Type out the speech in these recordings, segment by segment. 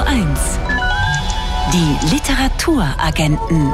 1. Die Literaturagenten.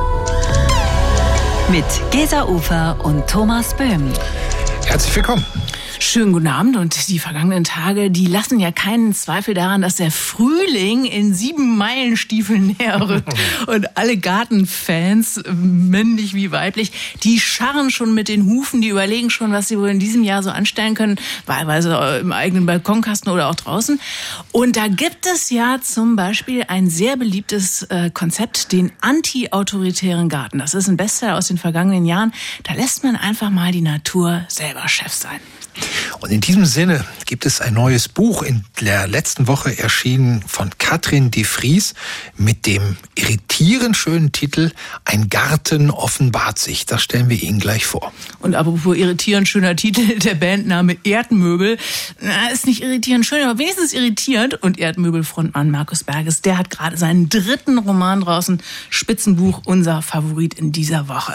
Mit Gesa Ufer und Thomas Böhm. Herzlich willkommen. Schönen guten Abend. Und die vergangenen Tage, die lassen ja keinen Zweifel daran, dass der Frühling in 7-Meilen-Stiefeln näher rückt. Und alle Gartenfans, männlich wie weiblich, die scharren schon mit den Hufen, die überlegen schon, was sie wohl in diesem Jahr so anstellen können, wahlweise im eigenen Balkonkasten oder auch draußen. Und da gibt es ja zum Beispiel ein sehr beliebtes Konzept, den anti-autoritären Garten. Das ist ein Bestseller aus den vergangenen Jahren. Da lässt man einfach mal die Natur selber Chef sein. Und in diesem Sinne gibt es ein neues Buch in der letzten Woche erschienen von Katrin de Vries mit dem irritierend schönen Titel Ein Garten offenbart sich. Das stellen wir Ihnen gleich vor. Und apropos irritierend schöner Titel, der Bandname Erdmöbel. Ist nicht irritierend schön, aber wenigstens irritierend. Und Erdmöbel-Frontmann Markus Berges, der hat gerade seinen 3. Roman draußen. Spitzenbuch, unser Favorit in dieser Woche.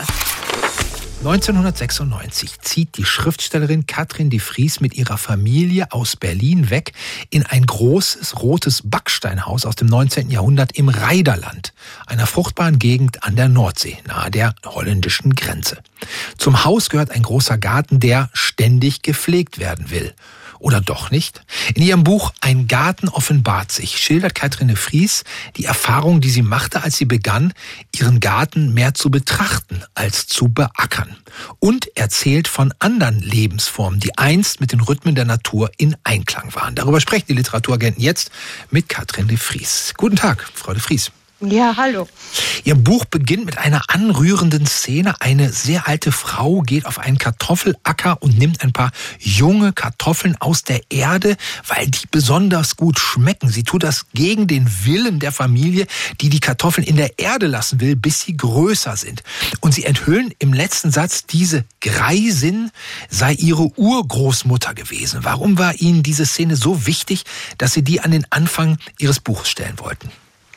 1996 zieht die Schriftstellerin Katrin de Vries mit ihrer Familie aus Berlin weg in ein großes rotes Backsteinhaus aus dem 19. Jahrhundert im Reiderland, einer fruchtbaren Gegend an der Nordsee, nahe der holländischen Grenze. Zum Haus gehört ein großer Garten, der ständig gepflegt werden will. Oder doch nicht? In ihrem Buch Ein Garten offenbart sich schildert Katrin de Vries die Erfahrung, die sie machte, als sie begann, ihren Garten mehr zu betrachten als zu beackern. Und erzählt von anderen Lebensformen, die einst mit den Rhythmen der Natur in Einklang waren. Darüber sprechen die Literaturagenten jetzt mit Katrin de Vries. Guten Tag, Frau de Vries. Ja, hallo. Ihr Buch beginnt mit einer anrührenden Szene. Eine sehr alte Frau geht auf einen Kartoffelacker und nimmt ein paar junge Kartoffeln aus der Erde, weil die besonders gut schmecken. Sie tut das gegen den Willen der Familie, die die Kartoffeln in der Erde lassen will, bis sie größer sind. Und sie enthüllen im letzten Satz, diese Greisin sei ihre Urgroßmutter gewesen. Warum war Ihnen diese Szene so wichtig, dass Sie die an den Anfang Ihres Buches stellen wollten?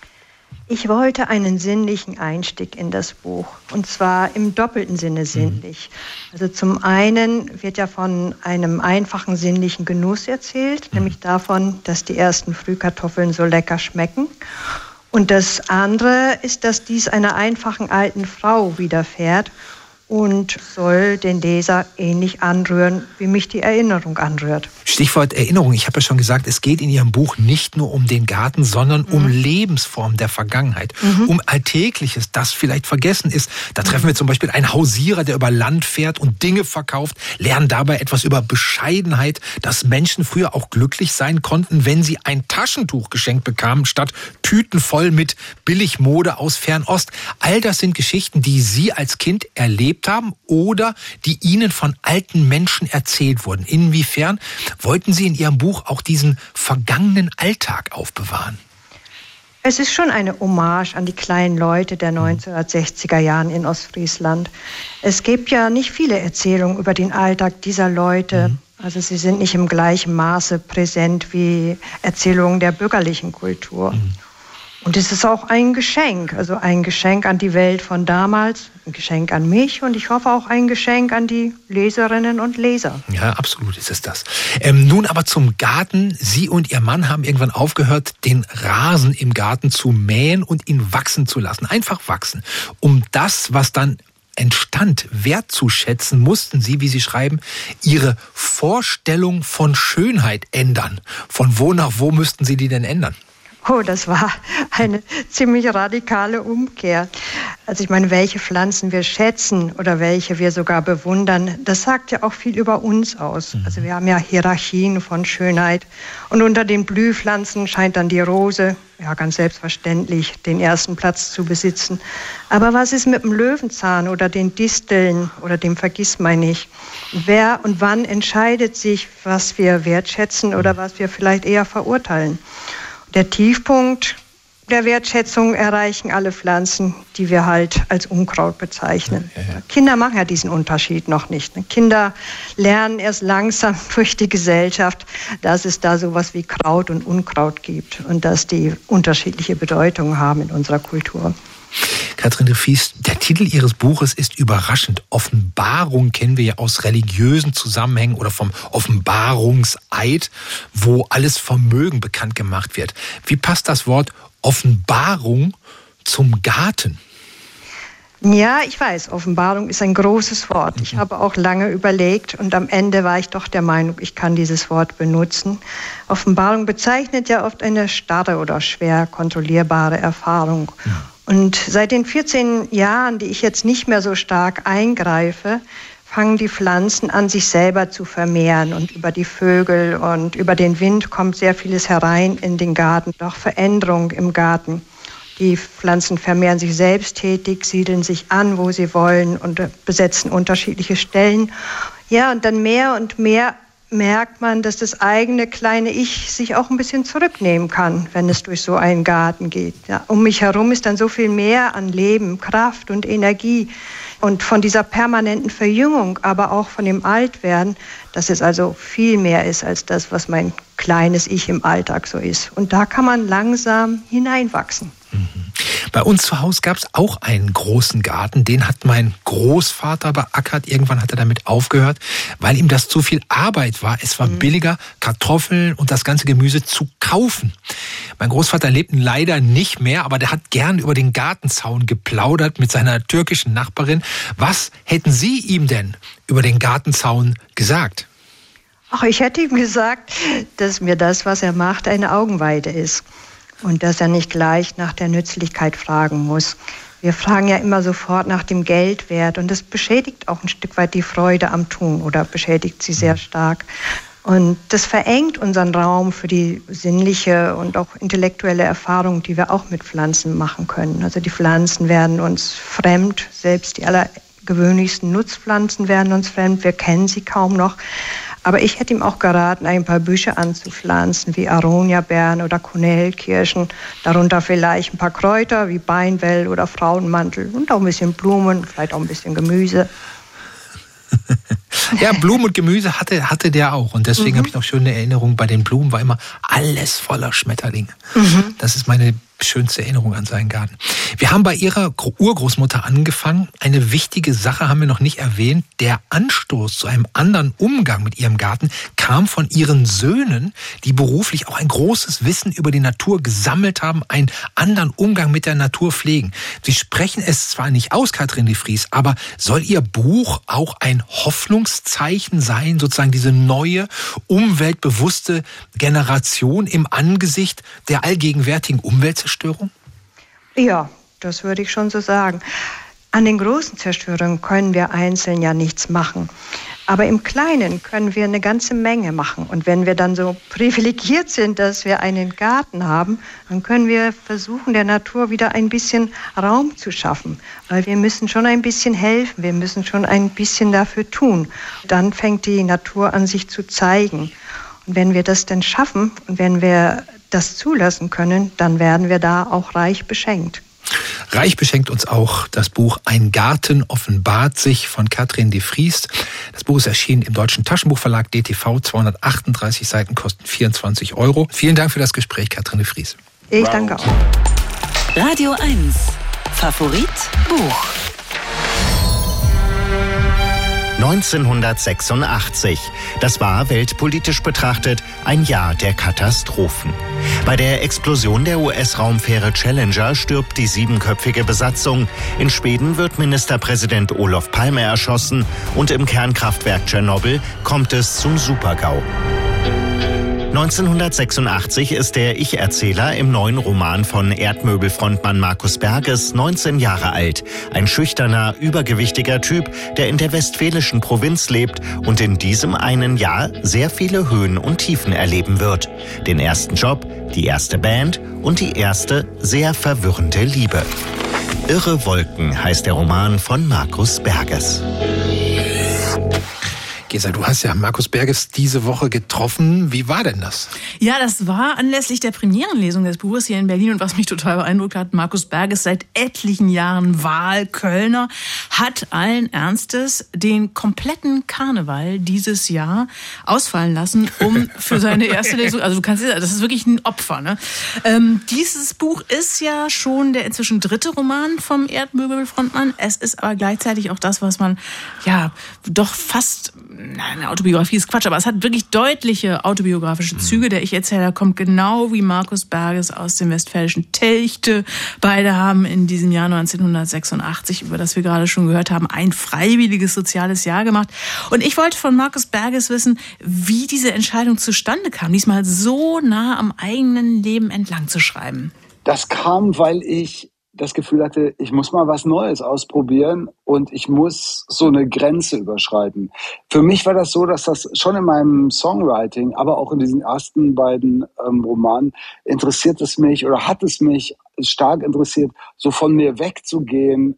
Ich wollte einen sinnlichen Einstieg in das Buch, und zwar im doppelten Sinne sinnlich. Also zum einen wird ja von einem einfachen sinnlichen Genuss erzählt, nämlich davon, dass die ersten Frühkartoffeln so lecker schmecken. Und das andere ist, dass dies einer einfachen alten Frau widerfährt und soll den Leser ähnlich anrühren, wie mich die Erinnerung anrührt. Stichwort Erinnerung. Ich habe ja schon gesagt, es geht in Ihrem Buch nicht nur um den Garten, sondern um Lebensformen der Vergangenheit, um Alltägliches, das vielleicht vergessen ist. Da treffen wir zum Beispiel einen Hausierer, der über Land fährt und Dinge verkauft, lernen dabei etwas über Bescheidenheit, dass Menschen früher auch glücklich sein konnten, wenn sie ein Taschentuch geschenkt bekamen, statt Tüten voll mit Billigmode aus Fernost. All das sind Geschichten, die Sie als Kind erlebt haben oder die Ihnen von alten Menschen erzählt wurden. Inwiefern wollten Sie in Ihrem Buch auch diesen vergangenen Alltag aufbewahren? Es ist schon eine Hommage an die kleinen Leute der 1960er Jahren in Ostfriesland. Es gibt ja nicht viele Erzählungen über den Alltag dieser Leute. Also sie sind nicht im gleichen Maße präsent wie Erzählungen der bürgerlichen Kultur. Und es ist auch ein Geschenk, also ein Geschenk an die Welt von damals, ein Geschenk an mich und ich hoffe auch ein Geschenk an die Leserinnen und Leser. Ja, absolut ist es das. Nun aber zum Garten. Sie und Ihr Mann haben irgendwann aufgehört, den Rasen im Garten zu mähen und ihn wachsen zu lassen. Einfach wachsen. Um das, was dann entstand, wertzuschätzen, mussten Sie, wie Sie schreiben, Ihre Vorstellung von Schönheit ändern. Von wo nach wo müssten Sie die denn ändern? Oh, das war eine ziemlich radikale Umkehr. Also ich meine, welche Pflanzen wir schätzen oder welche wir sogar bewundern, das sagt ja auch viel über uns aus. Also wir haben ja Hierarchien von Schönheit. Und unter den Blühpflanzen scheint dann die Rose, ja ganz selbstverständlich, den ersten Platz zu besitzen. Aber was ist mit dem Löwenzahn oder den Disteln oder dem Vergissmeinnicht? Wer und wann entscheidet sich, was wir wertschätzen oder was wir vielleicht eher verurteilen? Der Tiefpunkt der Wertschätzung erreichen alle Pflanzen, die wir halt als Unkraut bezeichnen. Ja. Kinder machen ja diesen Unterschied noch nicht. Kinder lernen erst langsam durch die Gesellschaft, dass es da sowas wie Kraut und Unkraut gibt und dass die unterschiedliche Bedeutungen haben in unserer Kultur. Katrin de Vries, der Titel Ihres Buches ist überraschend. Offenbarung kennen wir ja aus religiösen Zusammenhängen oder vom Offenbarungseid, wo alles Vermögen bekannt gemacht wird. Wie passt das Wort Offenbarung zum Garten? Ja, ich weiß, Offenbarung ist ein großes Wort. Ich habe auch lange überlegt und am Ende war ich doch der Meinung, ich kann dieses Wort benutzen. Offenbarung bezeichnet ja oft eine starre oder schwer kontrollierbare Erfahrung. Ja. Und seit den 14 Jahren, die ich jetzt nicht mehr so stark eingreife, fangen die Pflanzen an, sich selber zu vermehren. Und über die Vögel und über den Wind kommt sehr vieles herein in den Garten, auch Veränderung im Garten. Die Pflanzen vermehren sich selbsttätig, siedeln sich an, wo sie wollen und besetzen unterschiedliche Stellen. Ja, und dann mehr und mehr merkt man, dass das eigene kleine Ich sich auch ein bisschen zurücknehmen kann, wenn es durch so einen Garten geht. Ja, um mich herum ist dann so viel mehr an Leben, Kraft und Energie. Und von dieser permanenten Verjüngung, aber auch von dem Altwerden, dass es also viel mehr ist als das, was mein kleines Ich im Alltag so ist. Und da kann man langsam hineinwachsen. Bei uns zu Hause gab es auch einen großen Garten, den hat mein Großvater beackert. Irgendwann hat er damit aufgehört, weil ihm das zu viel Arbeit war. Es war billiger, Kartoffeln und das ganze Gemüse zu kaufen. Mein Großvater lebt leider nicht mehr, aber der hat gern über den Gartenzaun geplaudert mit seiner türkischen Nachbarin. Was hätten Sie ihm denn über den Gartenzaun gesagt? Ach, ich hätte ihm gesagt, dass mir das, was er macht, eine Augenweide ist. Und dass er nicht gleich nach der Nützlichkeit fragen muss. Wir fragen ja immer sofort nach dem Geldwert und das beschädigt auch ein Stück weit die Freude am Tun oder beschädigt sie sehr stark. Und das verengt unseren Raum für die sinnliche und auch intellektuelle Erfahrung, die wir auch mit Pflanzen machen können. Also die Pflanzen werden uns fremd, selbst die allergewöhnlichsten Nutzpflanzen werden uns fremd, wir kennen sie kaum noch. Aber ich hätte ihm auch geraten, ein paar Büsche anzupflanzen, wie Aroniabeeren oder Kornelkirschen. Darunter vielleicht ein paar Kräuter wie Beinwell oder Frauenmantel und auch ein bisschen Blumen, vielleicht auch ein bisschen Gemüse. Ja, Blumen und Gemüse hatte der auch. Und deswegen habe ich noch schöne Erinnerungen. Bei den Blumen war immer alles voller Schmetterlinge. Das ist meine schönste Erinnerung an seinen Garten. Wir haben bei Ihrer Urgroßmutter angefangen. Eine wichtige Sache haben wir noch nicht erwähnt. Der Anstoß zu einem anderen Umgang mit Ihrem Garten kam von Ihren Söhnen, die beruflich auch ein großes Wissen über die Natur gesammelt haben, einen anderen Umgang mit der Natur pflegen. Sie sprechen es zwar nicht aus, Katrin de Vries, aber soll Ihr Buch auch ein Hoffnungszeichen sein, sozusagen diese neue, umweltbewusste Generation im Angesicht der allgegenwärtigen Umweltzerstörung? Ja, das würde ich schon so sagen. An den großen Zerstörungen können wir einzeln ja nichts machen. Aber im Kleinen können wir eine ganze Menge machen. Und wenn wir dann so privilegiert sind, dass wir einen Garten haben, dann können wir versuchen, der Natur wieder ein bisschen Raum zu schaffen. Weil wir müssen schon ein bisschen helfen, wir müssen schon ein bisschen dafür tun. Dann fängt die Natur an, sich zu zeigen. Und wenn wir das denn schaffen und wenn wir das zulassen können, dann werden wir da auch reich beschenkt. Reich beschenkt uns auch das Buch Ein Garten offenbart sich von Katrin de Vries. Das Buch ist erschienen im Deutschen Taschenbuchverlag DTV, 238 Seiten, kosten 24 €. Vielen Dank für das Gespräch, Katrin de Vries. Ich danke auch. Radio 1, Favorit Buch. 1986. Das war weltpolitisch betrachtet ein Jahr der Katastrophen. Bei der Explosion der US-Raumfähre Challenger stirbt die 7-köpfige Besatzung. In Schweden wird Ministerpräsident Olof Palme erschossen und im Kernkraftwerk Tschernobyl kommt es zum Supergau. 1986 ist der Ich-Erzähler im neuen Roman von Erdmöbelfrontmann Markus Berges 19 Jahre alt. Ein schüchterner, übergewichtiger Typ, der in der westfälischen Provinz lebt und in diesem einen Jahr sehr viele Höhen und Tiefen erleben wird. Den ersten Job, die erste Band und die erste, sehr verwirrende Liebe. Irre Wolken heißt der Roman von Markus Berges. Gesa, du hast ja Markus Berges diese Woche getroffen. Wie war denn das? Ja, das war anlässlich der Premierenlesung des Buches hier in Berlin. Und was mich total beeindruckt hat, Markus Berges, seit etlichen Jahren Wahlkölner, hat allen Ernstes den kompletten Karneval dieses Jahr ausfallen lassen, um für seine erste Lesung, also du kannst, das ist wirklich ein Opfer, ne? Dieses Buch ist ja schon der inzwischen 3. Roman vom Erdmöbelfrontmann. Es ist aber gleichzeitig auch das, was man ja doch fast, eine Autobiografie ist Quatsch, aber es hat wirklich deutliche autobiografische Züge. Der Ich-Erzähler kommt genau wie Markus Berges aus dem westfälischen Telchte. Beide haben in diesem Jahr 1986, über das wir gerade schon gehört haben, ein freiwilliges soziales Jahr gemacht. Und ich wollte von Markus Berges wissen, wie diese Entscheidung zustande kam, diesmal so nah am eigenen Leben entlang zu schreiben. Das kam, weil ich das Gefühl hatte, ich muss mal was Neues ausprobieren und ich muss so eine Grenze überschreiten. Für mich war das so, dass das schon in meinem Songwriting, aber auch in diesen ersten beiden Romanen interessiert es mich oder hat es mich stark interessiert, so von mir wegzugehen,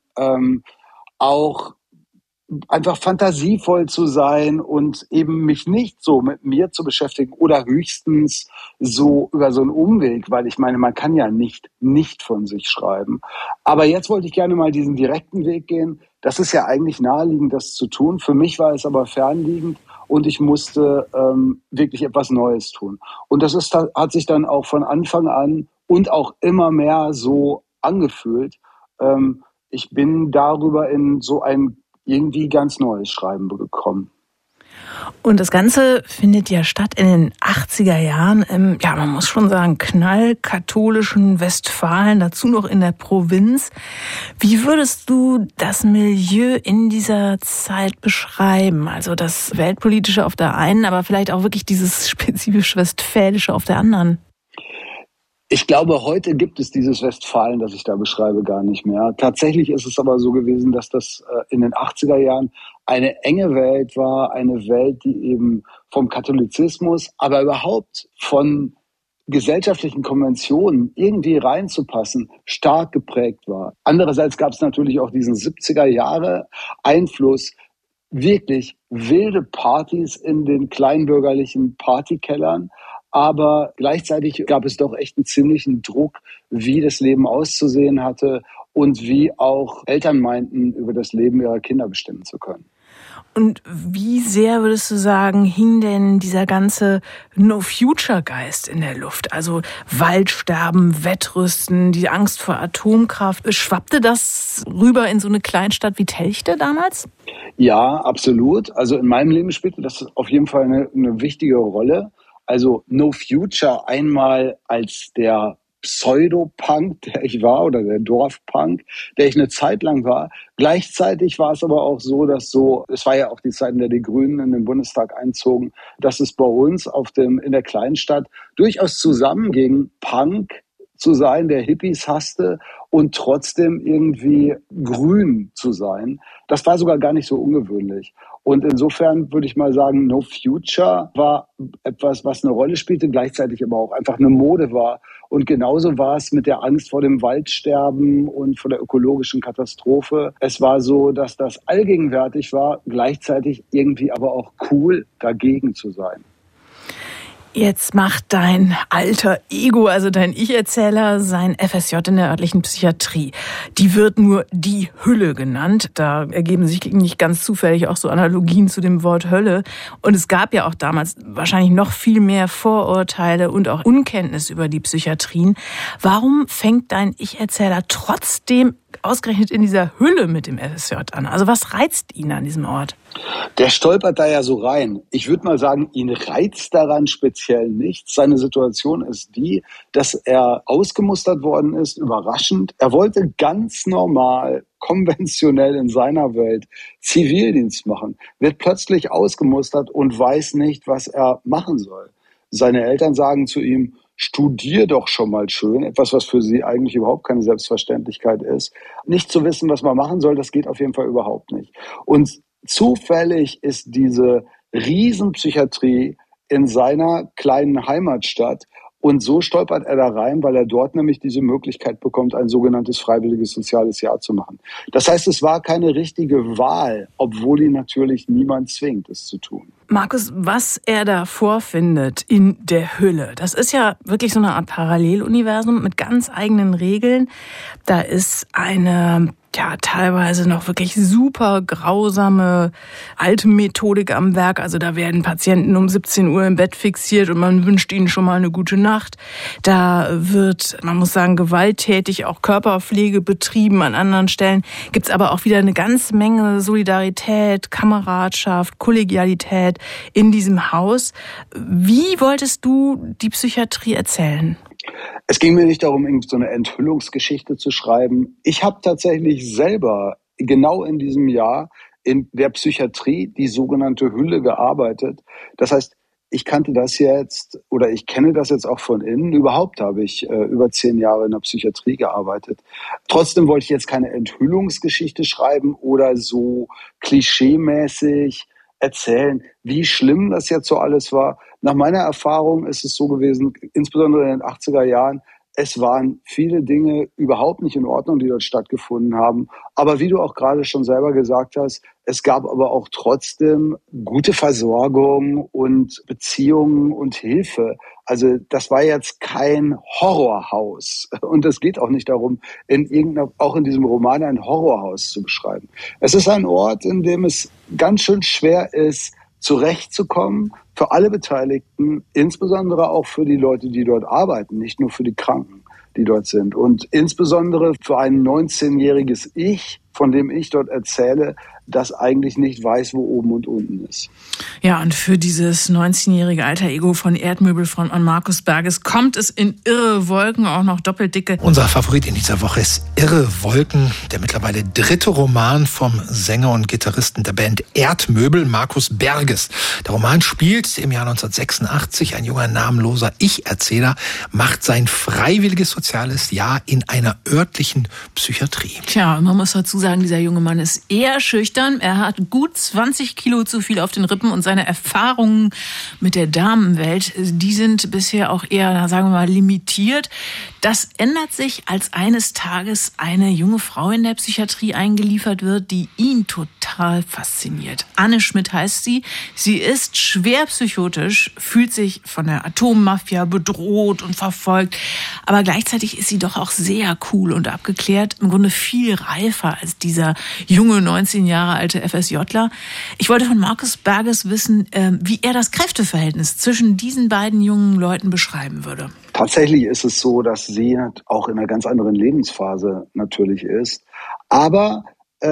auch einfach fantasievoll zu sein und eben mich nicht so mit mir zu beschäftigen oder höchstens so über so einen Umweg, weil ich meine, man kann ja nicht von sich schreiben. Aber jetzt wollte ich gerne mal diesen direkten Weg gehen. Das ist ja eigentlich naheliegend, das zu tun. Für mich war es aber fernliegend und ich musste wirklich etwas Neues tun. Und das hat sich dann auch von Anfang an und auch immer mehr so angefühlt. Ich bin darüber in so ein irgendwie ganz neues Schreiben gekommen. Und das Ganze findet ja statt in den 80er Jahren im, ja, man muss schon sagen, knallkatholischen Westfalen, dazu noch in der Provinz. Wie würdest du das Milieu in dieser Zeit beschreiben? Also das Weltpolitische auf der einen, aber vielleicht auch wirklich dieses spezifisch Westfälische auf der anderen? Ich glaube, heute gibt es dieses Westfalen, das ich da beschreibe, gar nicht mehr. Tatsächlich ist es aber so gewesen, dass das in den 80er Jahren eine enge Welt war, eine Welt, die eben vom Katholizismus, aber überhaupt von gesellschaftlichen Konventionen irgendwie reinzupassen, stark geprägt war. Andererseits gab es natürlich auch diesen 70er Jahre Einfluss, wirklich wilde Partys in den kleinbürgerlichen Partykellern. Aber gleichzeitig gab es doch echt einen ziemlichen Druck, wie das Leben auszusehen hatte und wie auch Eltern meinten, über das Leben ihrer Kinder bestimmen zu können. Und wie sehr, würdest du sagen, hing denn dieser ganze No-Future-Geist in der Luft? Also Waldsterben, Wettrüsten, die Angst vor Atomkraft. Schwappte das rüber in so eine Kleinstadt wie Telchte damals? Ja, absolut. Also in meinem Leben spielte das auf jeden Fall eine wichtige Rolle. Also No Future einmal als der Pseudopunk, der ich war, oder der Dorfpunk, der ich eine Zeit lang war. Gleichzeitig war es aber auch so, dass es war ja auch die Zeit, in der die Grünen in den Bundestag einzogen, dass es bei uns in der Kleinstadt durchaus zusammenging, Punk zu sein, der Hippies hasste und trotzdem irgendwie grün zu sein. Das war sogar gar nicht so ungewöhnlich. Und insofern würde ich mal sagen, No Future war etwas, was eine Rolle spielte, gleichzeitig aber auch einfach eine Mode war. Und genauso war es mit der Angst vor dem Waldsterben und vor der ökologischen Katastrophe. Es war so, dass das allgegenwärtig war, gleichzeitig irgendwie aber auch cool, dagegen zu sein. Jetzt macht dein alter Ego, also dein Ich-Erzähler, sein FSJ in der örtlichen Psychiatrie. Die wird nur die Hülle genannt. Da ergeben sich nicht ganz zufällig auch so Analogien zu dem Wort Hölle. Und es gab ja auch damals wahrscheinlich noch viel mehr Vorurteile und auch Unkenntnis über die Psychiatrien. Warum fängt dein Ich-Erzähler trotzdem ausgerechnet in dieser Hülle mit dem FSJ an? Also was reizt ihn an diesem Ort? Der stolpert da ja so rein. Ich würde mal sagen, ihn reizt daran speziell nichts. Seine Situation ist die, dass er ausgemustert worden ist, überraschend. Er wollte ganz normal, konventionell in seiner Welt Zivildienst machen, wird plötzlich ausgemustert und weiß nicht, was er machen soll. Seine Eltern sagen zu ihm, studier doch schon mal schön, etwas, was für sie eigentlich überhaupt keine Selbstverständlichkeit ist. Nicht zu wissen, was man machen soll, das geht auf jeden Fall überhaupt nicht. Und zufällig ist diese Riesenpsychiatrie in seiner kleinen Heimatstadt Und so stolpert er da rein, weil er dort nämlich diese Möglichkeit bekommt, ein sogenanntes freiwilliges soziales Jahr zu machen. Das heißt, es war keine richtige Wahl, obwohl ihn natürlich niemand zwingt, es zu tun. Markus, was er da vorfindet in der Hülle, das ist ja wirklich so eine Art Paralleluniversum mit ganz eigenen Regeln. Da ist eine teilweise noch wirklich super grausame alte Methodik am Werk. Also da werden Patienten um 17 Uhr im Bett fixiert und man wünscht ihnen schon mal eine gute Nacht. Da wird, man muss sagen, gewalttätig auch Körperpflege betrieben an anderen Stellen. Gibt's aber auch wieder eine ganze Menge Solidarität, Kameradschaft, Kollegialität in diesem Haus. Wie wolltest du die Psychiatrie erzählen? Es ging mir nicht darum, so eine Enthüllungsgeschichte zu schreiben. Ich habe tatsächlich selber genau in diesem Jahr in der Psychiatrie die sogenannte Hülle gearbeitet. Das heißt, ich kannte das jetzt oder ich kenne das jetzt auch von innen. Überhaupt habe ich über 10 Jahre in der Psychiatrie gearbeitet. Trotzdem wollte ich jetzt keine Enthüllungsgeschichte schreiben oder so klischeemäßig erzählen, wie schlimm das jetzt so alles war. Nach meiner Erfahrung ist es so gewesen, insbesondere in den 80er Jahren, es waren viele Dinge überhaupt nicht in Ordnung, die dort stattgefunden haben. Aber wie du auch gerade schon selber gesagt hast, es gab aber auch trotzdem gute Versorgung und Beziehungen und Hilfe. Also das war jetzt kein Horrorhaus. Und es geht auch nicht darum, auch in diesem Roman ein Horrorhaus zu beschreiben. Es ist ein Ort, in dem es ganz schön schwer ist, zurechtzukommen für alle Beteiligten, insbesondere auch für die Leute, die dort arbeiten, nicht nur für die Kranken, die dort sind. Und insbesondere für ein 19-jähriges Ich, von dem ich dort erzähle, das eigentlich nicht weiß, wo oben und unten ist. Ja, und für dieses 19-jährige Alter-Ego von Erdmöbelfrontmann Markus Berges kommt es in Irre Wolken, auch noch doppelt dicke. Unser Favorit in dieser Woche ist Irre Wolken, der mittlerweile 3. Roman vom Sänger und Gitarristen der Band Erdmöbel, Markus Berges. Der Roman spielt im Jahr 1986. Ein junger, namenloser Ich-Erzähler macht sein freiwilliges soziales Jahr in einer örtlichen Psychiatrie. Tja, man muss dazu sagen, dieser junge Mann ist eher schüchtern. Er hat gut 20 Kilo zu viel auf den Rippen und seine Erfahrungen mit der Damenwelt, die sind bisher auch eher, sagen wir mal, limitiert. Das ändert sich, als eines Tages eine junge Frau in der Psychiatrie eingeliefert wird, die ihn total fasziniert. Anne Schmidt heißt sie. Sie ist schwer psychotisch, fühlt sich von der Atommafia bedroht und verfolgt. Aber gleichzeitig ist sie doch auch sehr cool und abgeklärt, im Grunde viel reifer als dieser junge 19 Jahre alte FSJler. Ich wollte von Markus Berges wissen, wie er das Kräfteverhältnis zwischen diesen beiden jungen Leuten beschreiben würde. Tatsächlich ist es so, dass sie auch in einer ganz anderen Lebensphase natürlich ist. Aber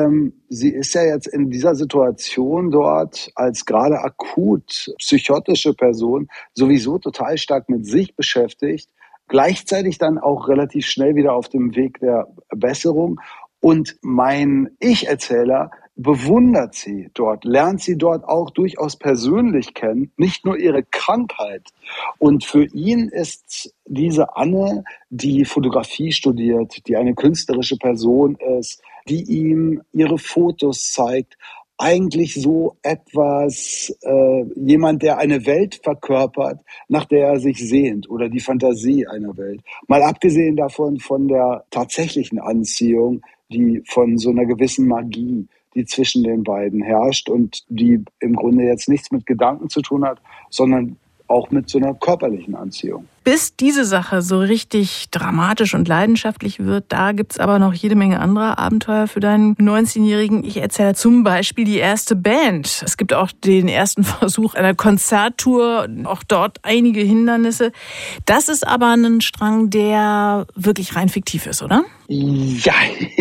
sie ist ja jetzt in dieser Situation dort als gerade akut psychotische Person sowieso total stark mit sich beschäftigt. Gleichzeitig dann auch relativ schnell wieder auf dem Weg der Besserung. Und mein Ich-Erzähler bewundert sie dort, lernt sie dort auch durchaus persönlich kennen, nicht nur ihre Krankheit. Und für ihn ist diese Anne, die Fotografie studiert, die eine künstlerische Person ist, die ihm ihre Fotos zeigt, eigentlich so etwas, jemand, der eine Welt verkörpert, nach der er sich sehnt, oder die Fantasie einer Welt. Mal abgesehen davon von der tatsächlichen Anziehung, die von so einer gewissen Magie, die zwischen den beiden herrscht und die im Grunde jetzt nichts mit Gedanken zu tun hat, sondern auch mit so einer körperlichen Anziehung. Bis diese Sache so richtig dramatisch und leidenschaftlich wird, da gibt's aber noch jede Menge anderer Abenteuer für deinen 19-jährigen Ich-Erzähler. Zum Beispiel die erste Band. Es gibt auch den ersten Versuch einer Konzerttour, auch dort einige Hindernisse. Das ist aber ein Strang, der wirklich rein fiktiv ist, oder? Ja,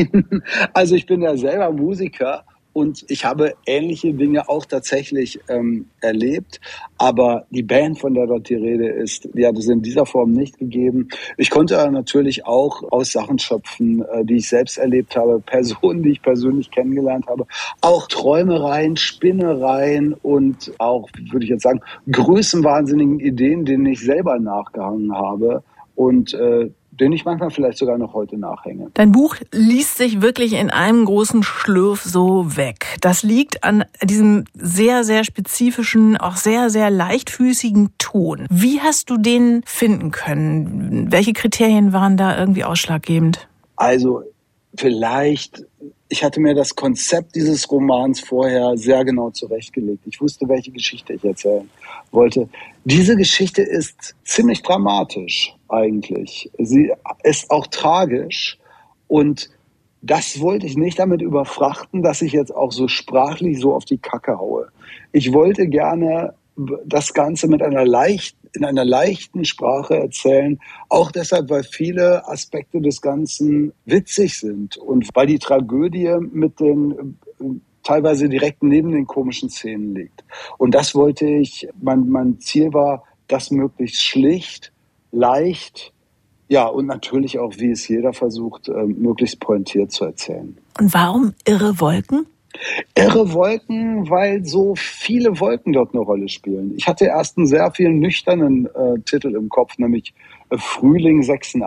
also ich bin ja selber Musiker. Und ich habe ähnliche Dinge auch tatsächlich erlebt. Aber die Band, von der dort die Rede ist, die hat es in dieser Form nicht gegeben. Ich konnte natürlich auch aus Sachen schöpfen, die ich selbst erlebt habe, Personen, die ich persönlich kennengelernt habe. Auch Träumereien, Spinnereien und auch, würde ich jetzt sagen, größenwahnsinnigen Ideen, denen ich selber nachgehangen habe. Und den ich manchmal vielleicht sogar noch heute nachhänge. Dein Buch liest sich wirklich in einem großen Schlürf so weg. Das liegt an diesem sehr, sehr spezifischen, auch sehr, sehr leichtfüßigen Ton. Wie hast du den finden können? Welche Kriterien waren da irgendwie ausschlaggebend? Also vielleicht, ich hatte mir das Konzept dieses Romans vorher sehr genau zurechtgelegt. Ich wusste, welche Geschichte ich erzählen wollte. Diese Geschichte ist ziemlich dramatisch eigentlich. Sie ist auch tragisch und das wollte ich nicht damit überfrachten, dass ich jetzt auch so sprachlich so auf die Kacke haue. Ich wollte gerne das Ganze in einer leichten Sprache erzählen, auch deshalb, weil viele Aspekte des Ganzen witzig sind und weil die Tragödie mit den teilweise direkt neben den komischen Szenen liegt. Und das wollte ich, mein Ziel war, das möglichst schlicht, leicht, ja, und natürlich auch, wie es jeder versucht, möglichst pointiert zu erzählen. Und warum Irre Wolken? Irre Wolken, weil so viele Wolken dort eine Rolle spielen. Ich hatte erst einen sehr viel nüchternen Titel im Kopf, nämlich Frühling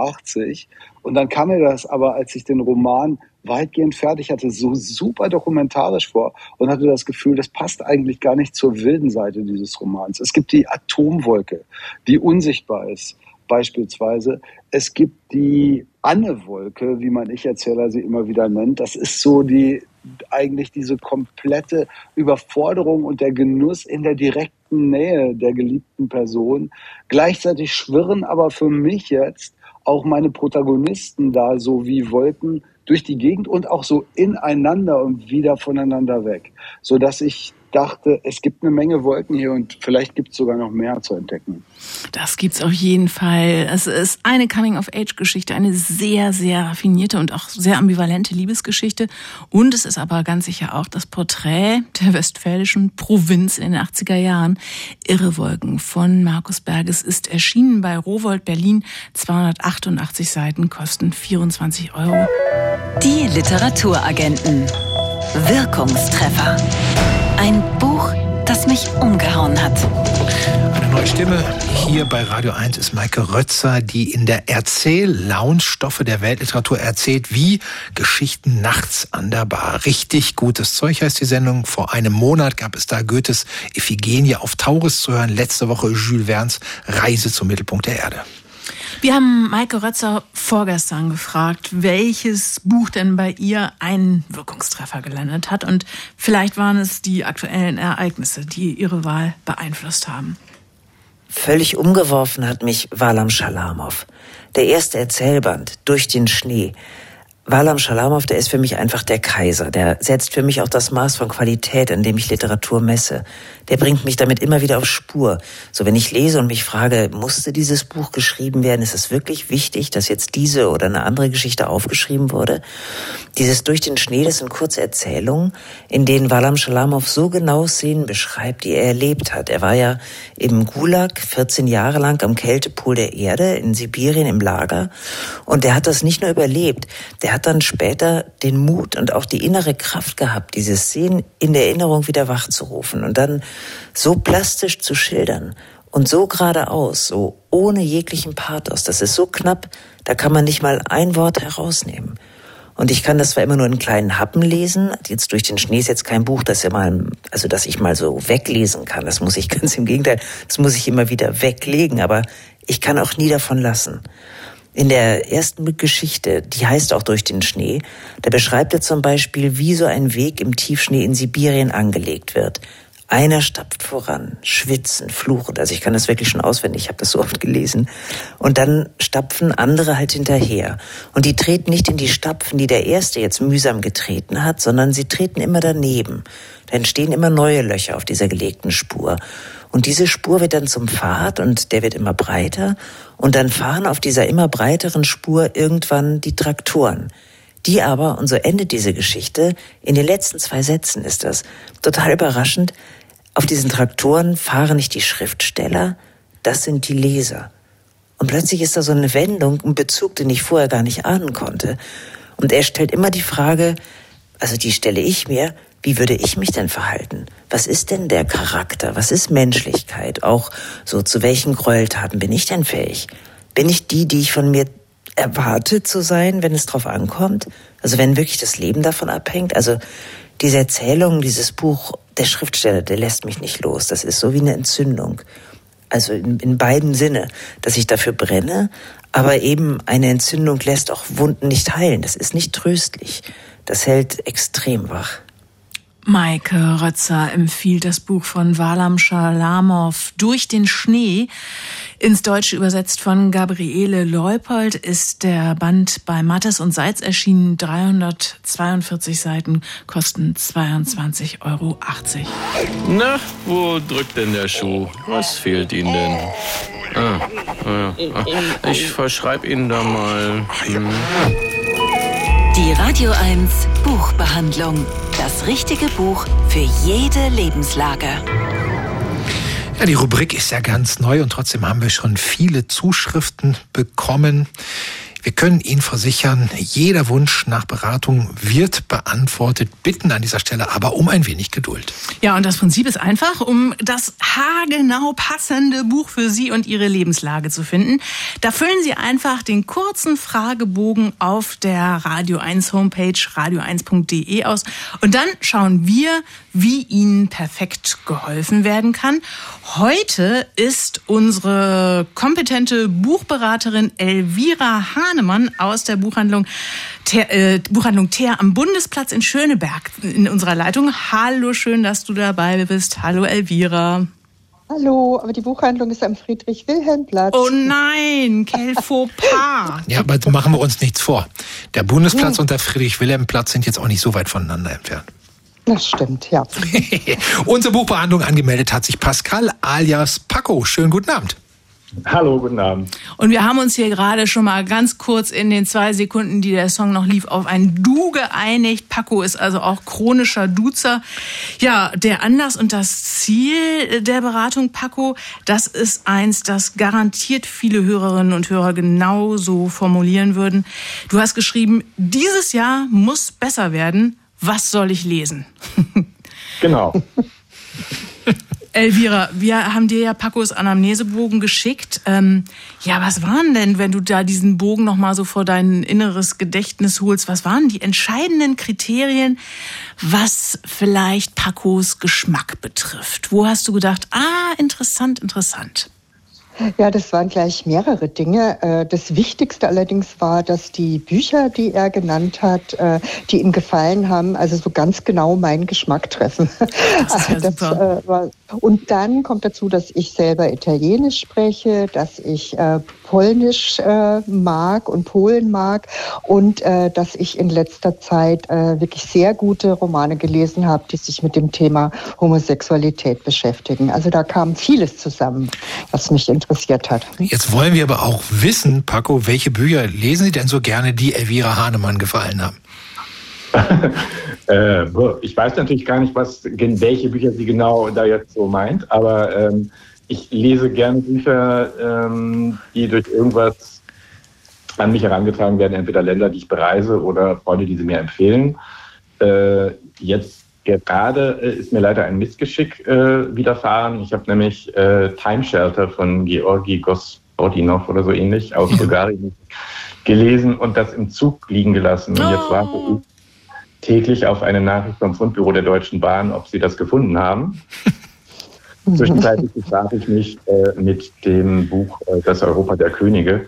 86. Und dann kam mir das aber, als ich den Roman weitgehend fertig hatte, so super dokumentarisch vor und hatte das Gefühl, das passt eigentlich gar nicht zur wilden Seite dieses Romans. Es gibt die Atomwolke, die unsichtbar ist, beispielsweise. Es gibt die Anne-Wolke, wie mein Ich-Erzähler sie immer wieder nennt. Das ist so eigentlich diese komplette Überforderung und der Genuss in der direkten Nähe der geliebten Person. Gleichzeitig schwirren aber für mich jetzt auch meine Protagonisten da so wie Wolken durch die Gegend und auch so ineinander und wieder voneinander weg, sodass ich dachte, es gibt eine Menge Wolken hier und vielleicht gibt es sogar noch mehr zu entdecken. Das gibt's auf jeden Fall. Es ist eine Coming-of-Age-Geschichte, eine sehr, sehr raffinierte und auch sehr ambivalente Liebesgeschichte. Und es ist aber ganz sicher auch das Porträt der westfälischen Provinz in den 80er Jahren. Irre Wolken von Markus Berges ist erschienen bei Rowohlt Berlin. 288 Seiten, kosten 24 €. Die Literaturagenten. Wirkungstreffer. Ein Buch, das mich umgehauen hat. Eine neue Stimme hier bei Radio 1 ist Maike Rötzer, die in der Erzähl-Lounge Stoffe der Weltliteratur erzählt, wie Geschichten nachts an der Bar. Richtig gutes Zeug heißt die Sendung. Vor einem Monat gab es da Goethes Iphigenie auf Tauris zu hören. Letzte Woche Jules Verne's Reise zum Mittelpunkt der Erde. Wir haben Maike Rötzer vorgestern gefragt, welches Buch denn bei ihr einen Wirkungstreffer gelandet hat. Und vielleicht waren es die aktuellen Ereignisse, die ihre Wahl beeinflusst haben. Völlig umgeworfen hat mich Warlam Schalamow. Der erste Erzählband, Durch den Schnee. Warlam Schalamow, der ist für mich einfach der Kaiser. Der setzt für mich auch das Maß von Qualität, an dem ich Literatur messe. Der bringt mich damit immer wieder auf Spur. So, wenn ich lese und mich frage, musste dieses Buch geschrieben werden? Ist es wirklich wichtig, dass jetzt diese oder eine andere Geschichte aufgeschrieben wurde? Dieses Durch den Schnee, das sind kurze Erzählungen, in denen Warlam Schalamow so genau Szenen beschreibt, die er erlebt hat. Er war ja im Gulag 14 Jahre lang am Kältepol der Erde in Sibirien im Lager. Und er hat das nicht nur überlebt, der hat dann später den Mut und auch die innere Kraft gehabt, diese Szenen in der Erinnerung wieder wachzurufen und dann so plastisch zu schildern und so geradeaus, so ohne jeglichen Pathos. Das ist so knapp, da kann man nicht mal ein Wort herausnehmen. Und ich kann das zwar immer nur in kleinen Happen lesen. Jetzt Durch den Schnee ist jetzt kein Buch, das ich mal so weglesen kann. Das muss ich ganz im Gegenteil, das muss ich immer wieder weglegen. Aber ich kann auch nie davon lassen. In der ersten Geschichte, die heißt auch Durch den Schnee, da beschreibt er zum Beispiel, wie so ein Weg im Tiefschnee in Sibirien angelegt wird. Einer stapft voran, schwitzen, fluchend. Also ich kann das wirklich schon auswendig, ich habe das so oft gelesen. Und dann stapfen andere halt hinterher. Und die treten nicht in die Stapfen, die der Erste jetzt mühsam getreten hat, sondern sie treten immer daneben. Da entstehen immer neue Löcher auf dieser gelegten Spur. Und diese Spur wird dann zum Pfad und der wird immer breiter. Und dann fahren auf dieser immer breiteren Spur irgendwann die Traktoren. Die aber, und so endet diese Geschichte, in den letzten 2 Sätzen ist das total überraschend, auf diesen Traktoren fahren nicht die Schriftsteller, das sind die Leser. Und plötzlich ist da so eine Wendung, ein Bezug, den ich vorher gar nicht ahnen konnte. Und er stellt immer die Frage, also die stelle ich mir, wie würde ich mich denn verhalten? Was ist denn der Charakter? Was ist Menschlichkeit? Auch so, zu welchen Gräueltaten bin ich denn fähig? Bin ich die ich von mir erwartet zu sein, wenn es drauf ankommt? Also wenn wirklich das Leben davon abhängt? Also diese Erzählung, dieses Buch, der Schriftsteller, der lässt mich nicht los. Das ist so wie eine Entzündung. Also in beiden Sinne, dass ich dafür brenne, aber eben eine Entzündung lässt auch Wunden nicht heilen. Das ist nicht tröstlich. Das hält extrem wach. Maike Rötzer empfiehlt das Buch von Warlam Schalamow Durch den Schnee. Ins Deutsche übersetzt von Gabriele Leupold ist der Band bei Mattes und Seitz erschienen. 342 Seiten, kosten 22,80 €. Na, wo drückt denn der Schuh? Was fehlt Ihnen denn? Ich verschreibe Ihnen da mal. Die Radio 1 Buchbehandlung. Das richtige Buch für jede Lebenslage. Ja, die Rubrik ist ja ganz neu und trotzdem haben wir schon viele Zuschriften bekommen. Wir können Ihnen versichern, jeder Wunsch nach Beratung wird beantwortet. Bitten an dieser Stelle aber um ein wenig Geduld. Ja, und das Prinzip ist einfach, um das haargenau passende Buch für Sie und Ihre Lebenslage zu finden. Da füllen Sie einfach den kurzen Fragebogen auf der Radio 1 Homepage radio1.de aus. Und dann schauen wir, wie Ihnen perfekt geholfen werden kann. Heute ist unsere kompetente Buchberaterin Elvira Hahnemann aus der Buchhandlung Thea am Bundesplatz in Schöneberg in unserer Leitung. Hallo, schön, dass du dabei bist. Hallo, Elvira. Hallo, aber die Buchhandlung ist am Friedrich-Wilhelm-Platz. Oh nein, quel faux pas. Ja, aber machen wir uns nichts vor. Der Bundesplatz und der Friedrich-Wilhelm-Platz sind jetzt auch nicht so weit voneinander entfernt. Das stimmt, ja. Unsere Buchbehandlung angemeldet hat sich Pascal alias Paco. Schönen guten Abend. Hallo, guten Abend. Und wir haben uns hier gerade schon mal ganz kurz in den 2 Sekunden, die der Song noch lief, auf ein Du geeinigt. Paco ist also auch chronischer Duzer. Ja, der Anlass und das Ziel der Beratung, Paco, das ist eins, das garantiert viele Hörerinnen und Hörer genauso formulieren würden. Du hast geschrieben, dieses Jahr muss besser werden. Was soll ich lesen? Genau. Elvira, wir haben dir ja Pacos Anamnesebogen geschickt. Was waren denn, wenn du da diesen Bogen nochmal so vor dein inneres Gedächtnis holst, was waren die entscheidenden Kriterien, was vielleicht Pacos Geschmack betrifft? Wo hast du gedacht, interessant. Ja, das waren gleich mehrere Dinge. Das Wichtigste allerdings war, dass die Bücher, die er genannt hat, die ihm gefallen haben, also so ganz genau meinen Geschmack treffen. Das ist ja super. Und dann kommt dazu, dass ich selber Italienisch spreche, dass ich Polnisch mag und Polen mag und dass ich in letzter Zeit wirklich sehr gute Romane gelesen habe, die sich mit dem Thema Homosexualität beschäftigen. Also da kam vieles zusammen, was mich interessiert hat. Jetzt wollen wir aber auch wissen, Paco, welche Bücher lesen Sie denn so gerne, die Elvira Hahnemann gefallen haben? Ich weiß natürlich gar nicht, welche Bücher sie genau da jetzt so meint, aber ich lese gerne Bücher, die durch irgendwas an mich herangetragen werden, entweder Länder, die ich bereise oder Freunde, die sie mir empfehlen. Jetzt gerade ist mir leider ein Missgeschick widerfahren. Ich habe nämlich Time Shelter von Georgi Gospodinov oder so ähnlich aus Bulgarien gelesen und das im Zug liegen gelassen. Und jetzt warte ich täglich auf eine Nachricht vom Fundbüro der Deutschen Bahn, ob sie das gefunden haben. Zwischenzeitlich befasste ich mich mit dem Buch Das Europa der Könige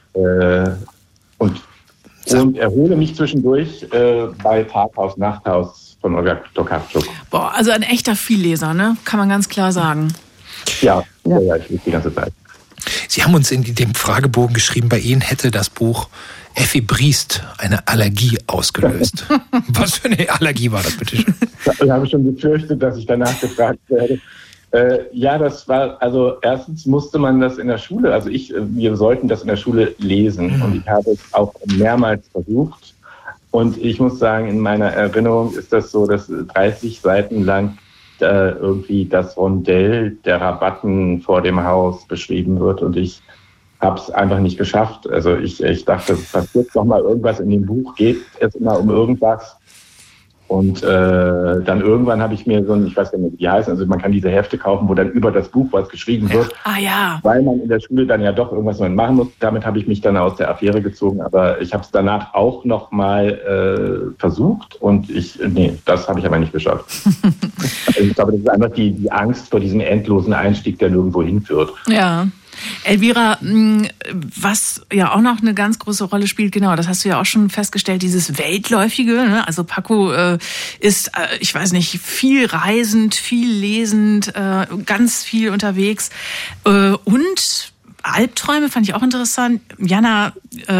und erhole mich zwischendurch bei Taghaus, Nachthaus von Olga Tokarczuk. Boah, also ein echter Vielleser, ne? Kann man ganz klar sagen. Ja, ich lese die ganze Zeit. Sie haben uns in dem Fragebogen geschrieben, bei Ihnen hätte das Buch Effi Briest eine Allergie ausgelöst. Was für eine Allergie war das, bitte schön? Ich habe schon befürchtet, dass ich danach gefragt werde. Das war, also erstens musste man das in der Schule, wir sollten das in der Schule lesen und ich habe es auch mehrmals versucht und ich muss sagen, in meiner Erinnerung ist das so, dass 30 Seiten lang irgendwie das Rondell der Rabatten vor dem Haus beschrieben wird und ich habe es einfach nicht geschafft. Also ich dachte, es passiert noch mal irgendwas in dem Buch, geht es immer um irgendwas Und dann irgendwann habe ich mir so ein, ich weiß gar nicht, wie die heißen, also man kann diese Hefte kaufen, wo dann über das Buch was geschrieben wird. Ja. Weil man in der Schule dann ja doch irgendwas machen muss. Damit habe ich mich dann aus der Affäre gezogen, aber ich habe es danach auch noch mal versucht und das habe ich aber nicht geschafft. Also ich glaube, das ist einfach die Angst vor diesem endlosen Einstieg, der nirgendwo hinführt. Ja. Elvira, was ja auch noch eine ganz große Rolle spielt, genau, das hast du ja auch schon festgestellt, dieses Weltläufige, ne? Also Paco ist, ich weiß nicht, viel reisend, viel lesend, ganz viel unterwegs und Albträume fand ich auch interessant. Jana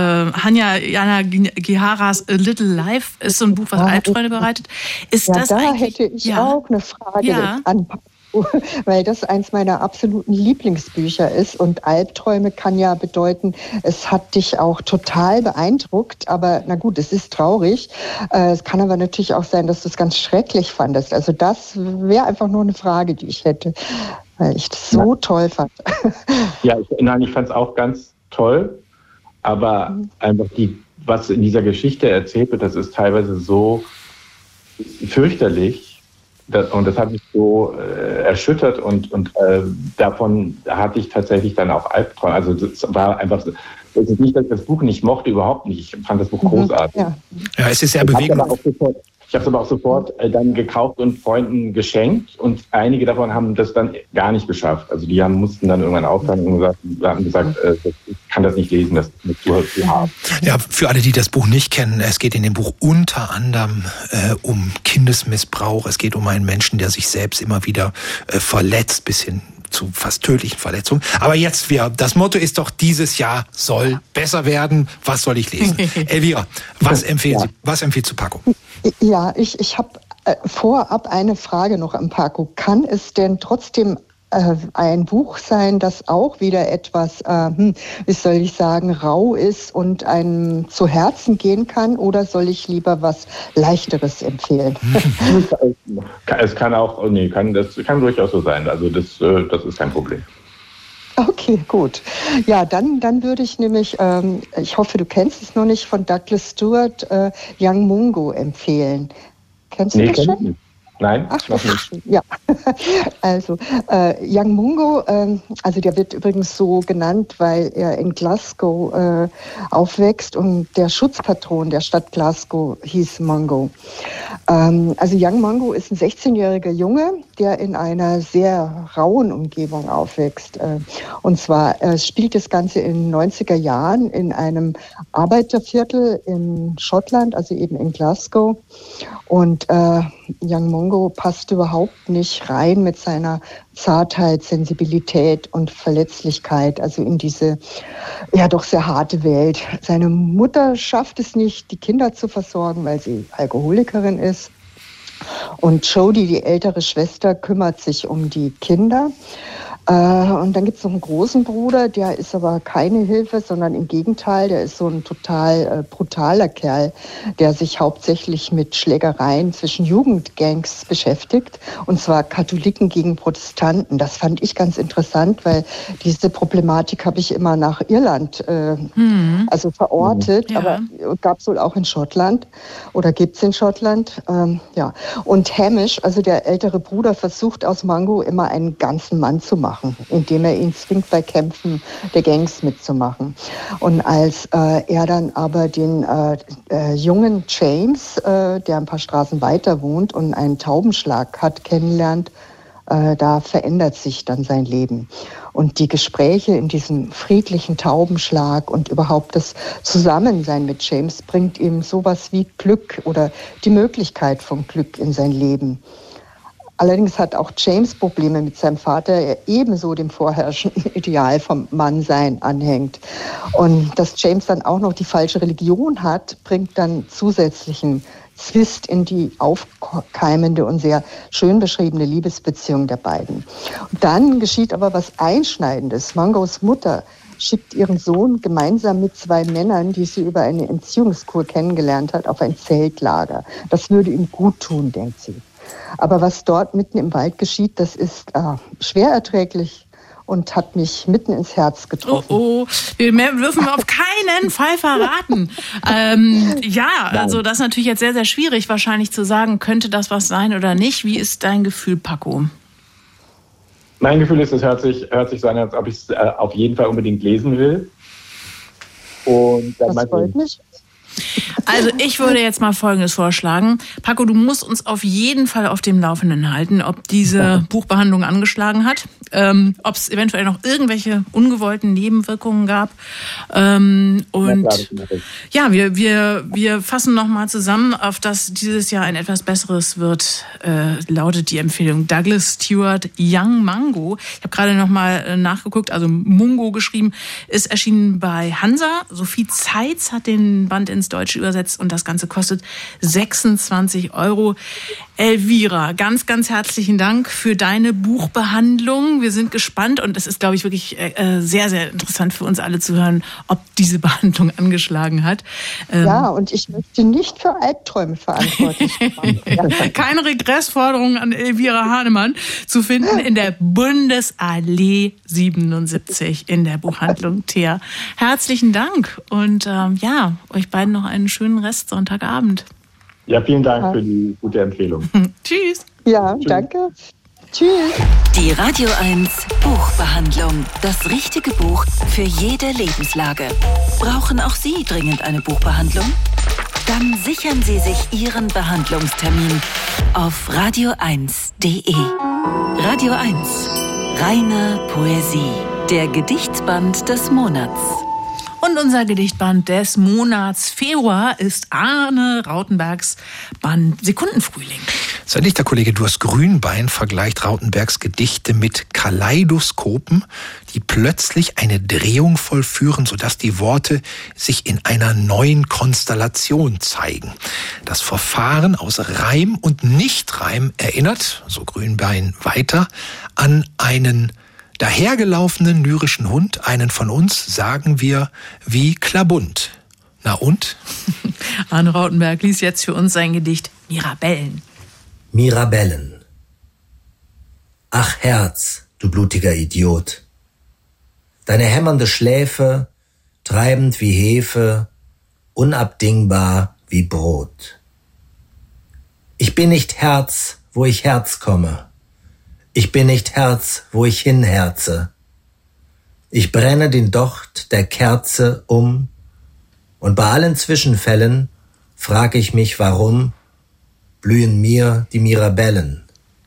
Giharas A Little Life ist so ein Buch, was Albträume bereitet. Ist das da eigentlich, hätte ich auch eine Frage an Paco, weil das eins meiner absoluten Lieblingsbücher ist. Und Albträume kann ja bedeuten, es hat dich auch total beeindruckt. Aber na gut, es ist traurig. Es kann aber natürlich auch sein, dass du es ganz schrecklich fandest. Also das wäre einfach nur eine Frage, die ich hätte, weil ich das so toll fand. Ja, ich fand es auch ganz toll. Aber einfach was in dieser Geschichte erzählt wird, das ist teilweise so fürchterlich. Und das hat mich so erschüttert und davon hatte ich tatsächlich dann auch Albträume. Also das war einfach so. Es ist nicht, dass ich das Buch nicht mochte, überhaupt nicht. Ich fand das Buch großartig. Ja, es ist sehr bewegend. Ich habe es aber auch sofort dann gekauft und Freunden geschenkt und einige davon haben das dann gar nicht geschafft. Also die mussten dann irgendwann aufhören und haben gesagt, ich kann das nicht lesen, das ist zu hart. Ja, für alle, die das Buch nicht kennen, es geht in dem Buch unter anderem um Kindesmissbrauch. Es geht um einen Menschen, der sich selbst immer wieder verletzt, bis hin zu fast tödlichen Verletzungen. Aber jetzt, das Motto ist doch, dieses Jahr soll besser werden. Was soll ich lesen? Elvira, was empfehlen Sie Paco? Ja, ich habe vorab eine Frage noch an Paco. Kann es denn trotzdem ein Buch sein, das auch wieder etwas, wie soll ich sagen, rau ist und einem zu Herzen gehen kann? Oder soll ich lieber was Leichteres empfehlen? Es kann auch, das kann durchaus so sein. Also das ist kein Problem. Okay, gut. Ja, dann würde ich nämlich, ich hoffe, du kennst es noch nicht, von Douglas Stewart, Young Mungo empfehlen. Kennst du das schon? Nein, noch nicht. Ja, also Young Mungo, also der wird übrigens so genannt, weil er in Glasgow aufwächst und der Schutzpatron der Stadt Glasgow hieß Mungo. Also Young Mungo ist ein 16-jähriger Junge, der in einer sehr rauen Umgebung aufwächst. Und zwar spielt das Ganze in den 90er Jahren in einem Arbeiterviertel in Schottland, also eben in Glasgow. Und Young Mungo passt überhaupt nicht rein mit seiner Zartheit, Sensibilität und Verletzlichkeit, also in diese ja doch sehr harte Welt. Seine Mutter schafft es nicht, die Kinder zu versorgen, weil sie Alkoholikerin ist. Und Jodie, die ältere Schwester, kümmert sich um die Kinder. Und dann gibt es noch einen großen Bruder, der ist aber keine Hilfe, sondern im Gegenteil, der ist so ein total brutaler Kerl, der sich hauptsächlich mit Schlägereien zwischen Jugendgangs beschäftigt, und zwar Katholiken gegen Protestanten. Das fand ich ganz interessant, weil diese Problematik habe ich immer nach Irland also verortet, aber gab es wohl auch in Schottland oder gibt es in Schottland. Ja. Und Hamish, also der ältere Bruder, versucht aus Mungo immer einen ganzen Mann zu machen, indem er ihn zwingt, bei Kämpfen der Gangs mitzumachen. Und als er dann aber den jungen James, der ein paar Straßen weiter wohnt und einen Taubenschlag hat, kennenlernt, da verändert sich dann sein Leben. Und die Gespräche in diesem friedlichen Taubenschlag und überhaupt das Zusammensein mit James bringt ihm sowas wie Glück oder die Möglichkeit von Glück in sein Leben. Allerdings hat auch James Probleme mit seinem Vater, der ebenso dem vorherrschenden Ideal vom Mannsein anhängt. Und dass James dann auch noch die falsche Religion hat, bringt dann zusätzlichen Zwist in die aufkeimende und sehr schön beschriebene Liebesbeziehung der beiden. Und dann geschieht aber was Einschneidendes. Mungos Mutter schickt ihren Sohn gemeinsam mit 2 Männern, die sie über eine Entziehungskur kennengelernt hat, auf ein Zeltlager. Das würde ihm gut tun, denkt sie. Aber was dort mitten im Wald geschieht, das ist schwer erträglich und hat mich mitten ins Herz getroffen. Oh, wir dürfen auf keinen Fall verraten. Also das ist natürlich jetzt sehr, sehr schwierig wahrscheinlich zu sagen, könnte das was sein oder nicht. Wie ist dein Gefühl, Paco? Mein Gefühl ist, es hört sich so an, als ob ich es auf jeden Fall unbedingt lesen will. Und dann das freut mich. Also ich würde jetzt mal Folgendes vorschlagen. Paco, du musst uns auf jeden Fall auf dem Laufenden halten, ob diese Buchbehandlung angeschlagen hat, ob es eventuell noch irgendwelche ungewollten Nebenwirkungen gab. Wir fassen nochmal zusammen, auf dass dieses Jahr ein etwas besseres wird, lautet die Empfehlung. Douglas Stewart, Young Mungo. Ich habe gerade nochmal nachgeguckt, also Mungo geschrieben, ist erschienen bei Hansa. Sophie Zeitz hat den Band ins Deutsche übersetzt und das Ganze kostet 26 €. Elvira, ganz, ganz herzlichen Dank für deine Buchbehandlung. Wir sind gespannt und es ist, glaube ich, wirklich sehr, sehr interessant für uns alle zu hören, ob diese Behandlung angeschlagen hat. Ja, und ich möchte nicht für Albträume verantwortlich machen. Keine Regressforderung an Elvira Hahnemann zu finden in der Bundesallee 77 in der Buchhandlung Thea. Herzlichen Dank und euch beiden noch einen schönen Rest Sonntagabend. Ja, vielen Dank für die gute Empfehlung. Tschüss. Ja, danke. Tschüss. Die Radio 1 Buchbehandlung. Das richtige Buch für jede Lebenslage. Brauchen auch Sie dringend eine Buchbehandlung? Dann sichern Sie sich Ihren Behandlungstermin auf radio1.de. Radio 1. Reine Poesie. Der Gedichtband des Monats. Und unser Gedichtband des Monats Februar ist Arne Rautenbergs Band Sekundenfrühling. Sein Dichterkollege Durst Grünbein vergleicht Rautenbergs Gedichte mit Kaleidoskopen, die plötzlich eine Drehung vollführen, sodass die Worte sich in einer neuen Konstellation zeigen. Das Verfahren aus Reim und Nichtreim erinnert, so Grünbein weiter, an einen dahergelaufenen lyrischen Hund, einen von uns, sagen wir, wie Klabund. Na und? Arne Rautenberg liest jetzt für uns sein Gedicht Mirabellen. Mirabellen. Ach Herz, du blutiger Idiot. Deine hämmernde Schläfe, treibend wie Hefe, unabdingbar wie Brot. Ich bin nicht Herz, wo ich Herz komme. Ich bin nicht Herz, wo ich hinherze. Ich brenne den Docht der Kerze um, und bei allen Zwischenfällen frag ich mich, warum blühen mir die Mirabellen.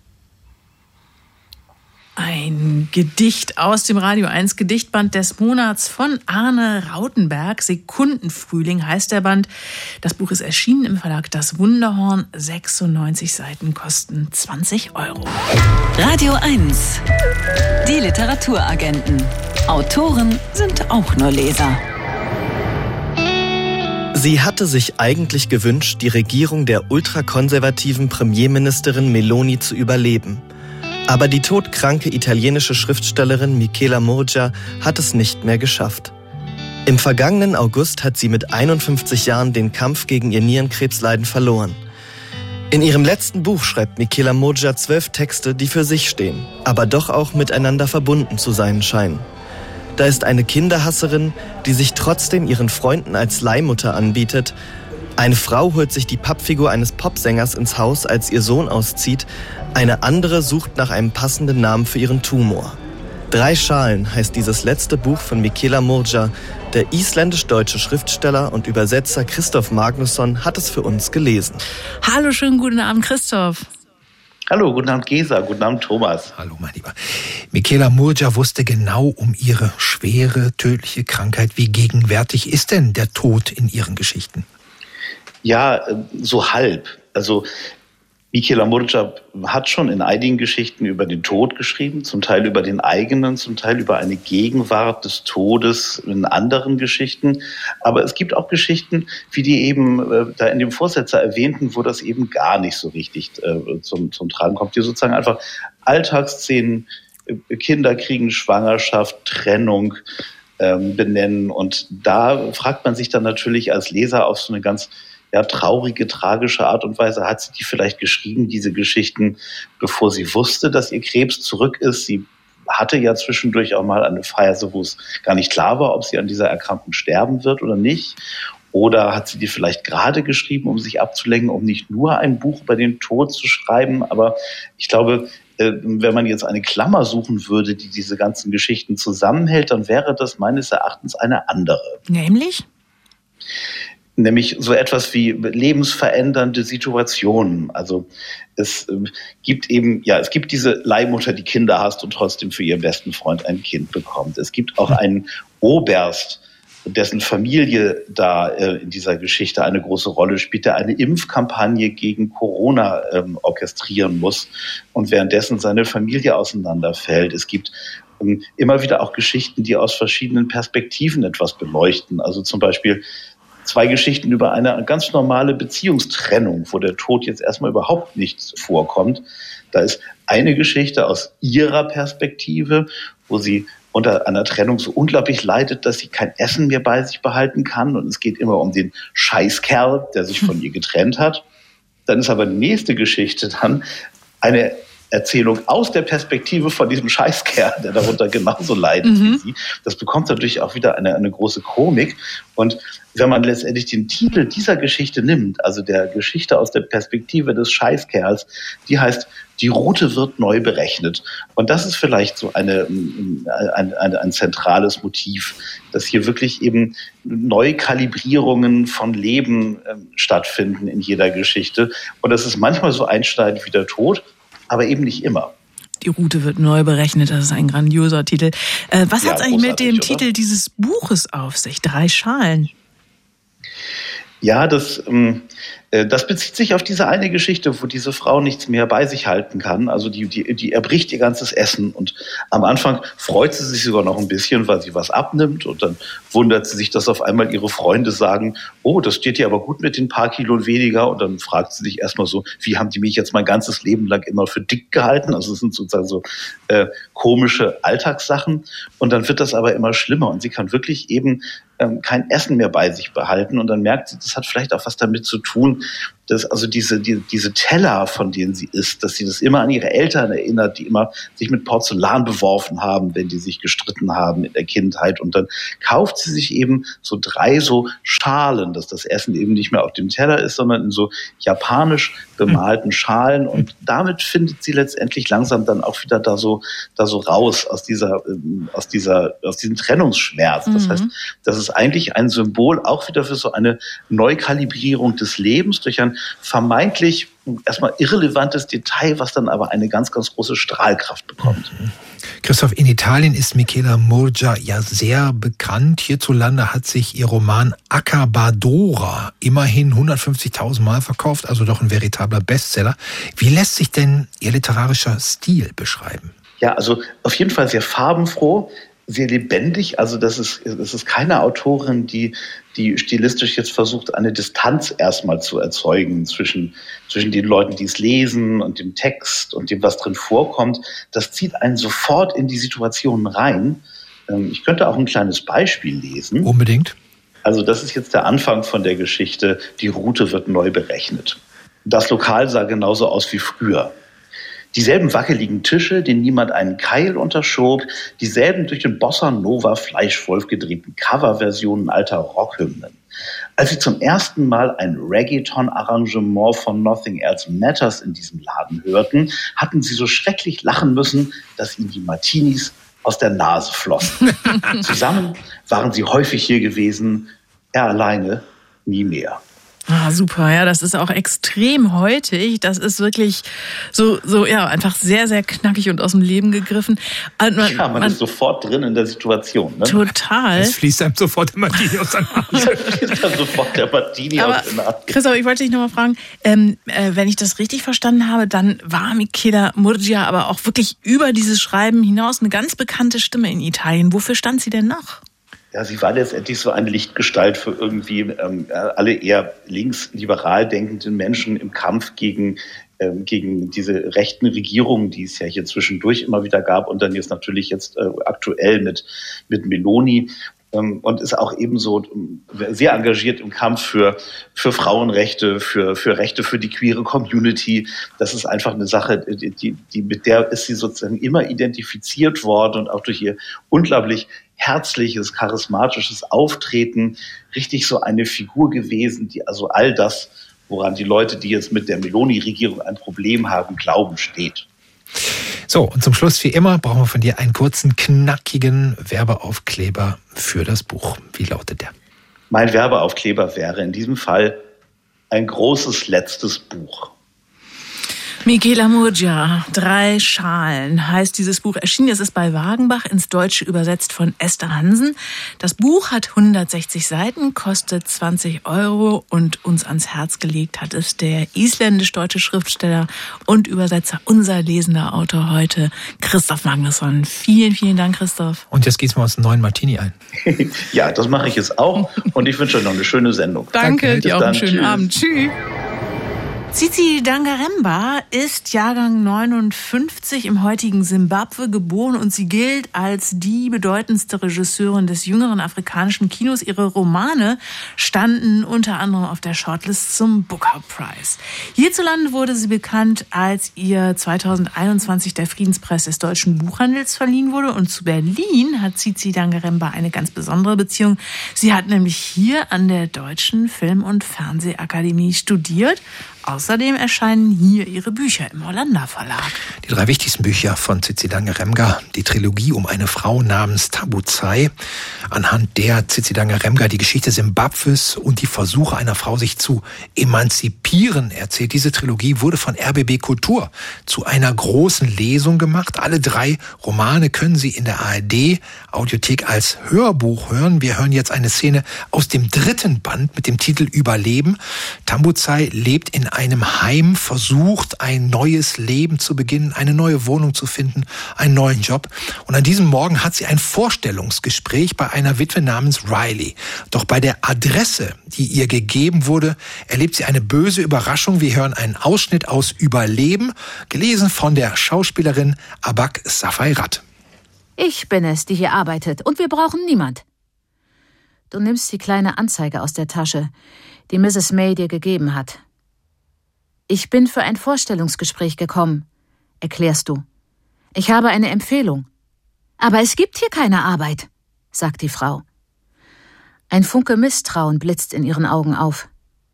Ein Gedicht aus dem Radio 1 Gedichtband des Monats von Arne Rautenberg. Sekundenfrühling heißt der Band. Das Buch ist erschienen im Verlag Das Wunderhorn. 96 Seiten kosten 20 €. Radio 1. Die Literaturagenten. Autoren sind auch nur Leser. Sie hatte sich eigentlich gewünscht, die Regierung der ultrakonservativen Premierministerin Meloni zu überleben. Aber die todkranke italienische Schriftstellerin Michela Murgia hat es nicht mehr geschafft. Im vergangenen August hat sie mit 51 Jahren den Kampf gegen ihr Nierenkrebsleiden verloren. In ihrem letzten Buch schreibt Michela Murgia 12 Texte, die für sich stehen, aber doch auch miteinander verbunden zu sein scheinen. Da ist eine Kinderhasserin, die sich trotzdem ihren Freunden als Leihmutter anbietet. Eine Frau holt sich die Pappfigur eines Popsängers ins Haus, als ihr Sohn auszieht. Eine andere sucht nach einem passenden Namen für ihren Tumor. 3 Schalen heißt dieses letzte Buch von Michela Murgia. Der isländisch-deutsche Schriftsteller und Übersetzer Christoph Magnusson hat es für uns gelesen. Hallo, schönen guten Abend, Christoph. Hallo, guten Abend Gesa, guten Abend Thomas. Hallo mein Lieber. Michela Murgia wusste genau um ihre schwere, tödliche Krankheit. Wie gegenwärtig ist denn der Tod in ihren Geschichten? Ja, so halb. Also Michela Murgia hat schon in einigen Geschichten über den Tod geschrieben, zum Teil über den eigenen, zum Teil über eine Gegenwart des Todes in anderen Geschichten. Aber es gibt auch Geschichten, wie die eben da in dem Vorsetzer erwähnten, wo das eben gar nicht so richtig zum Tragen kommt, die sozusagen einfach Alltagsszenen, Kinder kriegen Schwangerschaft, Trennung benennen. Und da fragt man sich dann natürlich als Leser auf so eine ganz traurige, tragische Art und Weise, hat sie die vielleicht geschrieben, diese Geschichten, bevor sie wusste, dass ihr Krebs zurück ist. Sie hatte ja zwischendurch auch mal eine Phase, wo es gar nicht klar war, ob sie an dieser Erkrankung sterben wird oder nicht. Oder hat sie die vielleicht gerade geschrieben, um sich abzulenken, um nicht nur ein Buch über den Tod zu schreiben? Aber ich glaube, wenn man jetzt eine Klammer suchen würde, die diese ganzen Geschichten zusammenhält, dann wäre das meines Erachtens eine andere. Nämlich so etwas wie lebensverändernde Situationen. Also es gibt diese Leihmutter, die Kinder hasst und trotzdem für ihren besten Freund ein Kind bekommt. Es gibt auch einen Oberst, dessen Familie da in dieser Geschichte eine große Rolle spielt, der eine Impfkampagne gegen Corona orchestrieren muss und währenddessen seine Familie auseinanderfällt. Es gibt immer wieder auch Geschichten, die aus verschiedenen Perspektiven etwas beleuchten. Also zum Beispiel 2 Geschichten über eine ganz normale Beziehungstrennung, wo der Tod jetzt erstmal überhaupt nichts vorkommt. Da ist eine Geschichte aus ihrer Perspektive, wo sie unter einer Trennung so unglaublich leidet, dass sie kein Essen mehr bei sich behalten kann. Und es geht immer um den Scheißkerl, der sich von ihr getrennt hat. Dann ist aber die nächste Geschichte dann eine Erzählung aus der Perspektive von diesem Scheißkerl, der darunter genauso leidet wie sie. Das bekommt natürlich auch wieder eine große Komik. Und wenn man letztendlich den Titel dieser Geschichte nimmt, also der Geschichte aus der Perspektive des Scheißkerls, die heißt, die Route wird neu berechnet. Und das ist vielleicht so ein zentrales Motiv, dass hier wirklich eben Neukalibrierungen von Leben stattfinden in jeder Geschichte. Und das ist manchmal so einschneidend wie der Tod, aber eben nicht immer. Die Route wird neu berechnet, das ist ein grandioser Titel. Was hat es eigentlich mit dem Titel dieses Buches auf sich? 3 Schalen. Ja, das bezieht sich auf diese eine Geschichte, wo diese Frau nichts mehr bei sich halten kann. Also die erbricht ihr ganzes Essen und am Anfang freut sie sich sogar noch ein bisschen, weil sie was abnimmt und dann wundert sie sich, dass auf einmal ihre Freunde sagen, oh, das steht dir aber gut mit den paar Kilo weniger und dann fragt sie sich erstmal so, wie haben die mich jetzt mein ganzes Leben lang immer für dick gehalten? Also es sind sozusagen so komische Alltagssachen und dann wird das aber immer schlimmer und sie kann wirklich eben kein Essen mehr bei sich behalten und dann merkt sie, das hat vielleicht auch was damit zu tun, dass also diese Teller, von denen sie isst, dass sie das immer an ihre Eltern erinnert, die immer sich mit Porzellan beworfen haben, wenn die sich gestritten haben in der Kindheit und dann kauft sie sich eben so 3 so Schalen, dass das Essen eben nicht mehr auf dem Teller ist, sondern in so japanisch bemalten Schalen und damit findet sie letztendlich langsam dann auch wieder da so raus aus diesem Trennungsschmerz. Das heißt, das ist eigentlich ein Symbol auch wieder für so eine Neukalibrierung des Lebens durch ein vermeintlich erstmal irrelevantes Detail, was dann aber eine ganz, ganz große Strahlkraft bekommt. Christoph, in Italien ist Michela Murgia ja sehr bekannt. Hierzulande hat sich ihr Roman Accabadora immerhin 150.000 Mal verkauft, also doch ein veritabler Bestseller. Wie lässt sich denn ihr literarischer Stil beschreiben? Ja, also auf jeden Fall sehr farbenfroh, sehr lebendig. Also das ist keine Autorin, die stilistisch jetzt versucht, eine Distanz erstmal zu erzeugen zwischen den Leuten, die es lesen und dem Text und dem, was drin vorkommt. Das zieht einen sofort in die Situation rein. Ich könnte auch ein kleines Beispiel lesen. Unbedingt. Also das ist jetzt der Anfang von der Geschichte. Die Route wird neu berechnet. Das Lokal sah genauso aus wie früher. Dieselben wackeligen Tische, denen niemand einen Keil unterschob, dieselben durch den Bossa Nova Fleischwolf gedrehten Coverversionen alter Rockhymnen. Als sie zum ersten Mal ein Reggaeton-Arrangement von Nothing Else Matters in diesem Laden hörten, hatten sie so schrecklich lachen müssen, dass ihnen die Martinis aus der Nase flossen. Zusammen waren sie häufig hier gewesen, er alleine nie mehr. Ah, super, ja, das ist auch extrem heutig. Das ist wirklich so ja, einfach sehr, sehr knackig und aus dem Leben gegriffen. Man ist sofort drin in der Situation. Ne? Total. Es fließt einem sofort der Martini aus der Nase. Christoph, ich wollte dich nochmal fragen, wenn ich das richtig verstanden habe, dann war Michela Murgia aber auch wirklich über dieses Schreiben hinaus eine ganz bekannte Stimme in Italien. Wofür stand sie denn noch? Ja, sie war letztendlich so eine Lichtgestalt für irgendwie alle eher linksliberal denkenden Menschen im Kampf gegen diese rechten Regierungen, die es ja hier zwischendurch immer wieder gab und dann jetzt natürlich aktuell mit Meloni. und ist auch ebenso sehr engagiert im Kampf für Frauenrechte, für Rechte für die queere Community. Das ist einfach eine Sache, mit der ist sie sozusagen immer identifiziert worden und auch durch ihr unglaublich herzliches, charismatisches Auftreten richtig so eine Figur gewesen, die also all das, woran die Leute, die jetzt mit der Meloni-Regierung ein Problem haben, glauben, steht. So, und zum Schluss, wie immer, brauchen wir von dir einen kurzen, knackigen Werbeaufkleber für das Buch. Wie lautet der? Mein Werbeaufkleber wäre in diesem Fall ein großes letztes Buch. Michela Murgia, 3 Schalen heißt dieses Buch. Erschienen ist es bei Wagenbach, ins Deutsche übersetzt von Esther Hansen. Das Buch hat 160 Seiten, kostet 20 € und uns ans Herz gelegt hat es der isländisch-deutsche Schriftsteller und Übersetzer, unser lesender Autor heute, Christoph Magnusson. Vielen, vielen Dank, Christoph. Und jetzt gießen wir uns einen neuen Martini ein. Ja, das mache ich jetzt auch und ich wünsche euch noch eine schöne Sendung. Danke, dir auch einen schönen Tschüss. Abend. Tschüss. Tsitsi Dangarembga ist Jahrgang 59 im heutigen Simbabwe geboren und sie gilt als die bedeutendste Regisseurin des jüngeren afrikanischen Kinos. Ihre Romane standen unter anderem auf der Shortlist zum Booker Prize. Hierzulande wurde sie bekannt, als ihr 2021 der Friedenspreis des deutschen Buchhandels verliehen wurde. Und zu Berlin hat Tsitsi Dangarembga eine ganz besondere Beziehung. Sie hat nämlich hier an der Deutschen Film- und Fernsehakademie studiert. Außerdem erscheinen hier ihre Bücher im Hollander Verlag. Die 3 wichtigsten Bücher von Tsitsi Dangarembga, die Trilogie um eine Frau namens Tabudzai, anhand der Tsitsi Dangarembga die Geschichte Simbabwes und die Versuche einer Frau, sich zu emanzipieren, erzählt. Diese Trilogie wurde von RBB Kultur zu einer großen Lesung gemacht. Alle 3 Romane können Sie in der ARD-Audiothek als Hörbuch hören. Wir hören jetzt eine Szene aus dem 3. Band mit dem Titel Überleben. Tabudzai lebt in einem Heim, versucht, ein neues Leben zu beginnen, eine neue Wohnung zu finden, einen neuen Job. Und an diesem Morgen hat sie ein Vorstellungsgespräch bei einer Witwe namens Riley. Doch bei der Adresse, die ihr gegeben wurde, erlebt sie eine böse Überraschung. Wir hören einen Ausschnitt aus Überleben, gelesen von der Schauspielerin Abak Safairat. Ich bin es, die hier arbeitet, und wir brauchen niemand. Du nimmst die kleine Anzeige aus der Tasche, die Mrs. May dir gegeben hat. Ich bin für ein Vorstellungsgespräch gekommen, erklärst du. Ich habe eine Empfehlung. Aber es gibt hier keine Arbeit, sagt die Frau. Ein Funke Misstrauen blitzt in ihren Augen auf.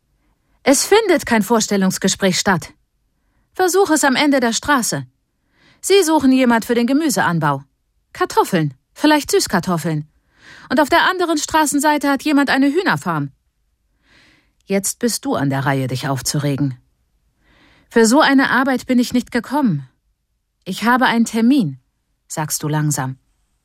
Es findet kein Vorstellungsgespräch statt. Versuch es am Ende der Straße. Sie suchen jemand für den Gemüseanbau. Kartoffeln, vielleicht Süßkartoffeln. Und auf der anderen Straßenseite hat jemand eine Hühnerfarm. Jetzt bist du an der Reihe, dich aufzuregen. Für so eine Arbeit bin ich nicht gekommen. Ich habe einen Termin, sagst du langsam.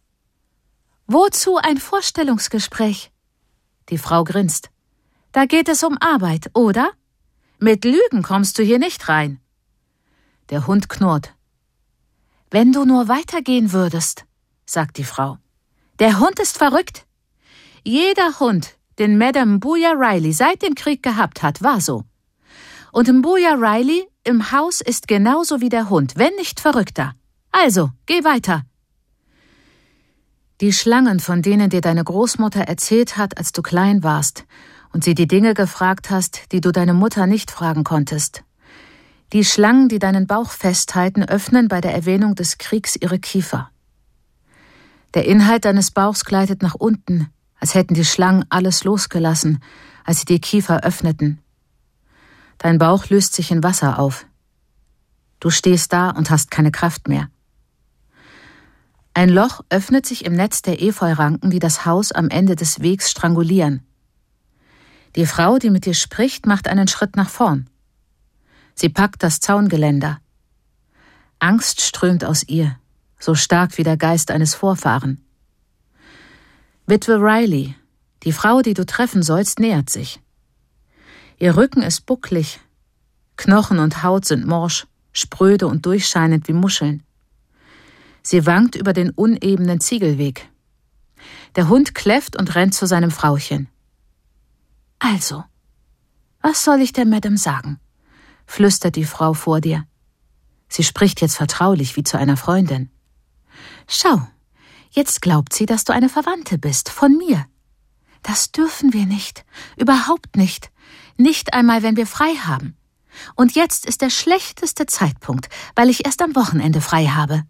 Wozu ein Vorstellungsgespräch? Die Frau grinst. Da geht es um Arbeit, oder? Mit Lügen kommst du hier nicht rein. Der Hund knurrt. Wenn du nur weitergehen würdest, sagt die Frau. Der Hund ist verrückt. Jeder Hund, den Madame Mbuya Riley seit dem Krieg gehabt hat, war so. Und Mbuya Riley im Haus ist genauso wie der Hund, wenn nicht verrückter. Also, geh weiter. Die Schlangen, von denen dir deine Großmutter erzählt hat, als du klein warst und sie die Dinge gefragt hast, die du deine Mutter nicht fragen konntest. Die Schlangen, die deinen Bauch festhalten, öffnen bei der Erwähnung des Kriegs ihre Kiefer. Der Inhalt deines Bauchs gleitet nach unten, als hätten die Schlangen alles losgelassen, als sie die Kiefer öffneten. Dein Bauch löst sich in Wasser auf. Du stehst da und hast keine Kraft mehr. Ein Loch öffnet sich im Netz der Efeuranken, die das Haus am Ende des Wegs strangulieren. Die Frau, die mit dir spricht, macht einen Schritt nach vorn. Sie packt das Zaungeländer. Angst strömt aus ihr, so stark wie der Geist eines Vorfahren. Witwe Riley, die Frau, die du treffen sollst, nähert sich. Ihr Rücken ist bucklig. Knochen und Haut sind morsch, spröde und durchscheinend wie Muscheln. Sie wankt über den unebenen Ziegelweg. Der Hund kläfft und rennt zu seinem Frauchen. Also, was soll ich der Madame sagen? Flüstert die Frau vor dir. Sie spricht jetzt vertraulich wie zu einer Freundin. Schau, Jetzt glaubt sie, dass du eine Verwandte bist, von mir. Das dürfen wir nicht, überhaupt nicht. Nicht einmal, wenn wir frei haben. Und jetzt ist der schlechteste Zeitpunkt, weil ich erst am Wochenende frei habe.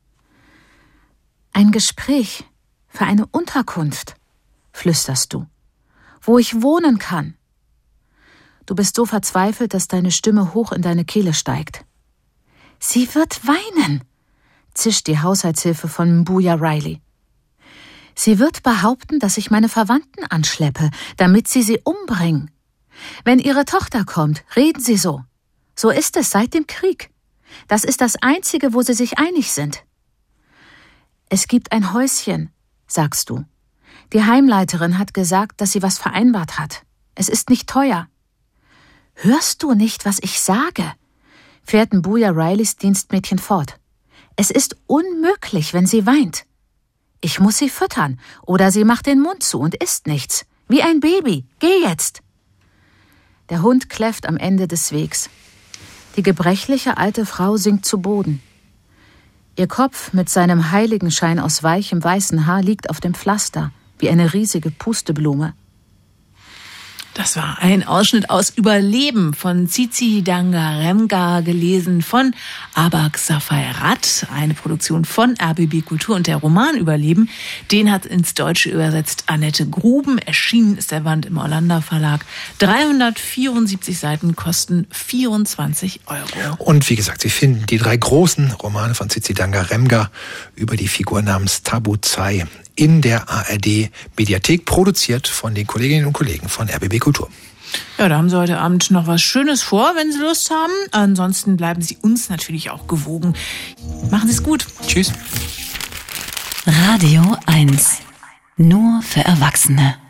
Ein Gespräch für eine Unterkunft, flüsterst du, wo ich wohnen kann. Du bist so verzweifelt, dass deine Stimme hoch in deine Kehle steigt. Sie wird weinen, zischt die Haushaltshilfe von Mbuya Riley. Sie wird behaupten, dass ich meine Verwandten anschleppe, damit sie umbringen. Wenn ihre Tochter kommt, reden sie so. So ist es seit dem Krieg. Das ist das Einzige, wo sie sich einig sind. Es gibt ein Häuschen, sagst du. Die Heimleiterin hat gesagt, dass sie was vereinbart hat. Es ist nicht teuer. Hörst du nicht, was ich sage? Fährt Mbuya Rileys Dienstmädchen fort. Es ist unmöglich, wenn sie weint. Ich muss sie füttern, oder sie macht den Mund zu und isst nichts. Wie ein Baby. Geh jetzt. Der Hund kläfft am Ende des Wegs. Die gebrechliche alte Frau sinkt zu Boden. Ihr Kopf mit seinem Heiligenschein aus weichem weißen Haar liegt auf dem Pflaster, wie eine riesige Pusteblume. Das war ein Ausschnitt aus Überleben von Tsitsi Dangarembga, gelesen von Abak Safairat, eine Produktion von RBB Kultur, und der Roman Überleben, den hat ins Deutsche übersetzt Annette Gruben. Erschienen ist der Band im Orlando Verlag. 374 Seiten, kosten 24 €. Und wie gesagt, Sie finden die 3 großen Romane von Tsitsi Dangarembga über die Figur namens Tabuzai in der ARD-Mediathek, produziert von den Kolleginnen und Kollegen von RBB Kultur. Ja, da haben Sie heute Abend noch was Schönes vor, wenn Sie Lust haben. Ansonsten bleiben Sie uns natürlich auch gewogen. Machen Sie es gut. Tschüss. Radio 1. Nur für Erwachsene.